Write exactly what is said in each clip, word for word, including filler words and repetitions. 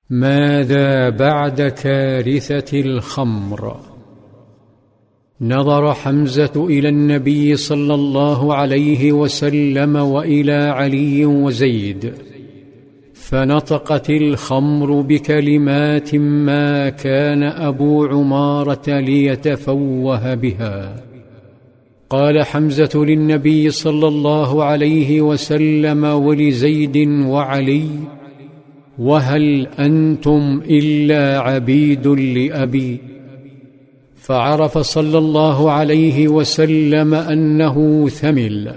ماذا بعد كارثة الخمر؟ نظر حمزة إلى النبي صلى الله عليه وسلم وإلى علي وزيد، فنطقت الخمر بكلمات ما كان أبو عمارة ليتفوه بها. قال حمزة للنبي صلى الله عليه وسلم ولزيد وعلي: وهل أنتم إلا عبيد لأبي؟ فعرف صلى الله عليه وسلم أنه ثمل،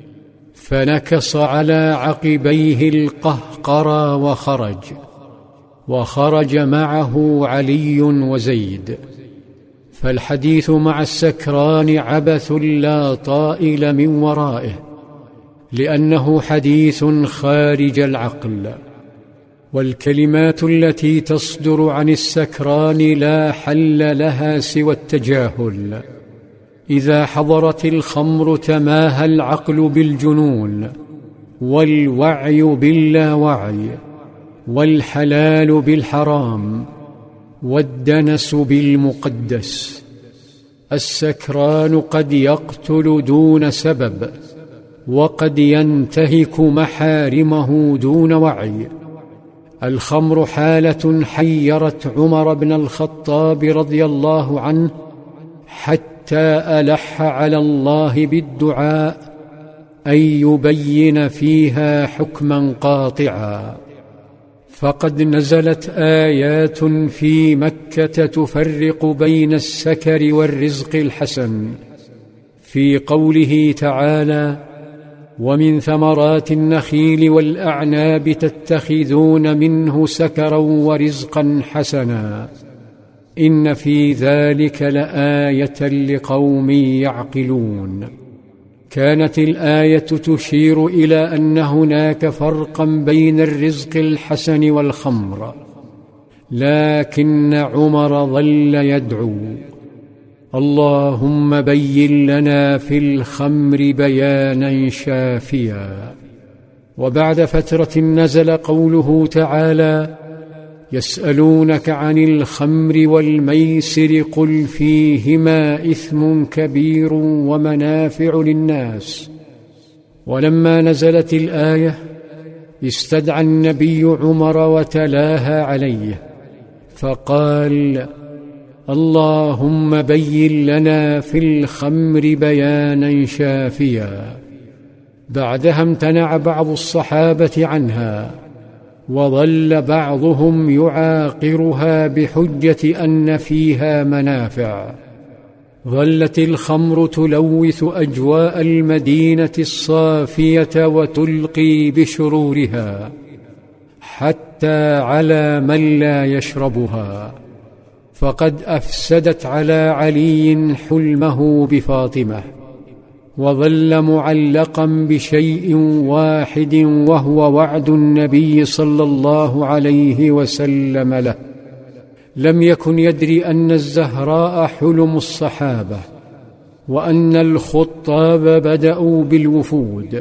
فنكص على عقبيه القهقرى وخرج، وخرج معه علي وزيد. فالحديث مع السكران عبث لا طائل من ورائه، لأنه حديث خارج العقل، والكلمات التي تصدر عن السكران لا حل لها سوى التجاهل. إذا حضرت الخمر تماهى العقل بالجنون، والوعي باللاوعي، والحلال بالحرام، والدنس بالمقدس. السكران قد يقتل دون سبب، وقد ينتهك محارمه دون وعي. الخمر حالة حيرت عمر بن الخطاب رضي الله عنه حتى ألح على الله بالدعاء أن يبين فيها حكما قاطعا. فقد نزلت آيات في مكة تفرق بين السكر والرزق الحسن، في قوله تعالى: ومن ثمرات النخيل والأعناب تتخذون منه سكرا ورزقا حسنا إن في ذلك لآية لقوم يعقلون. كانت الآية تشير إلى أن هناك فرقا بين الرزق الحسن والخمر، لكن عمر ظل يدعو: اللهم بين لنا في الخمر بيانا شافيا. وبعد فترة نزل قوله تعالى: يسألونك عن الخمر والميسر قل فيهما إثم كبير ومنافع للناس. ولما نزلت الآية استدعى النبي عمر وتلاها عليه، فقال: اللهم بين لنا في الخمر بيانا شافيا. بعدها امتنع بعض الصحابة عنها، وظل بعضهم يعاقرها بحجة أن فيها منافع. ظلت الخمر تلوث أجواء المدينة الصافية وتلقي بشرورها حتى على من لا يشربها، فقد أفسدت على علي حلمه بفاطمة، وظل معلقا بشيء واحد وهو وعد النبي صلى الله عليه وسلم له. لم يكن يدري أن الزهراء حلم الصحابة، وأن الخطاب بدأوا بالوفود.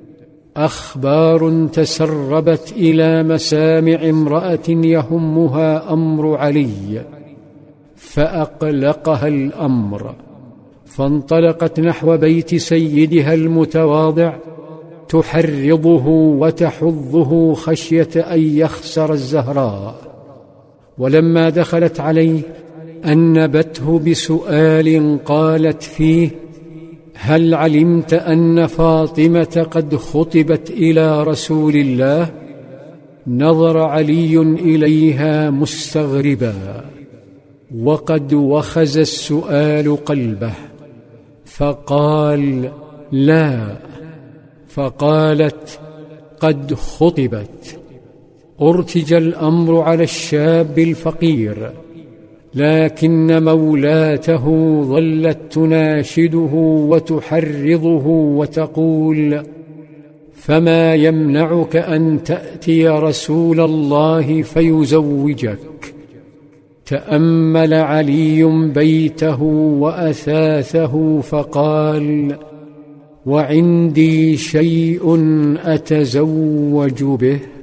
أخبار تسربت إلى مسامع امرأة يهمها أمر علي، فأقلقها الأمر، فانطلقت نحو بيت سيدها المتواضع تحرضه وتحضه خشية أن يخسر الزهراء. ولما دخلت عليه أنبته بسؤال قالت فيه: هل علمت أن فاطمة قد خطبت إلى رسول الله؟ نظر علي إليها مستغربا، وقد وخز السؤال قلبه، فقال: لا. فقالت: قد خطبت. أرتج الأمر على الشاب الفقير، لكن مولاته ظلت تناشده وتحرضه وتقول: فما يمنعك أن تأتي رسول الله فيزوجك؟ تأمل علي بيته وأثاثه فقال: وعندي شيء أتزوج به.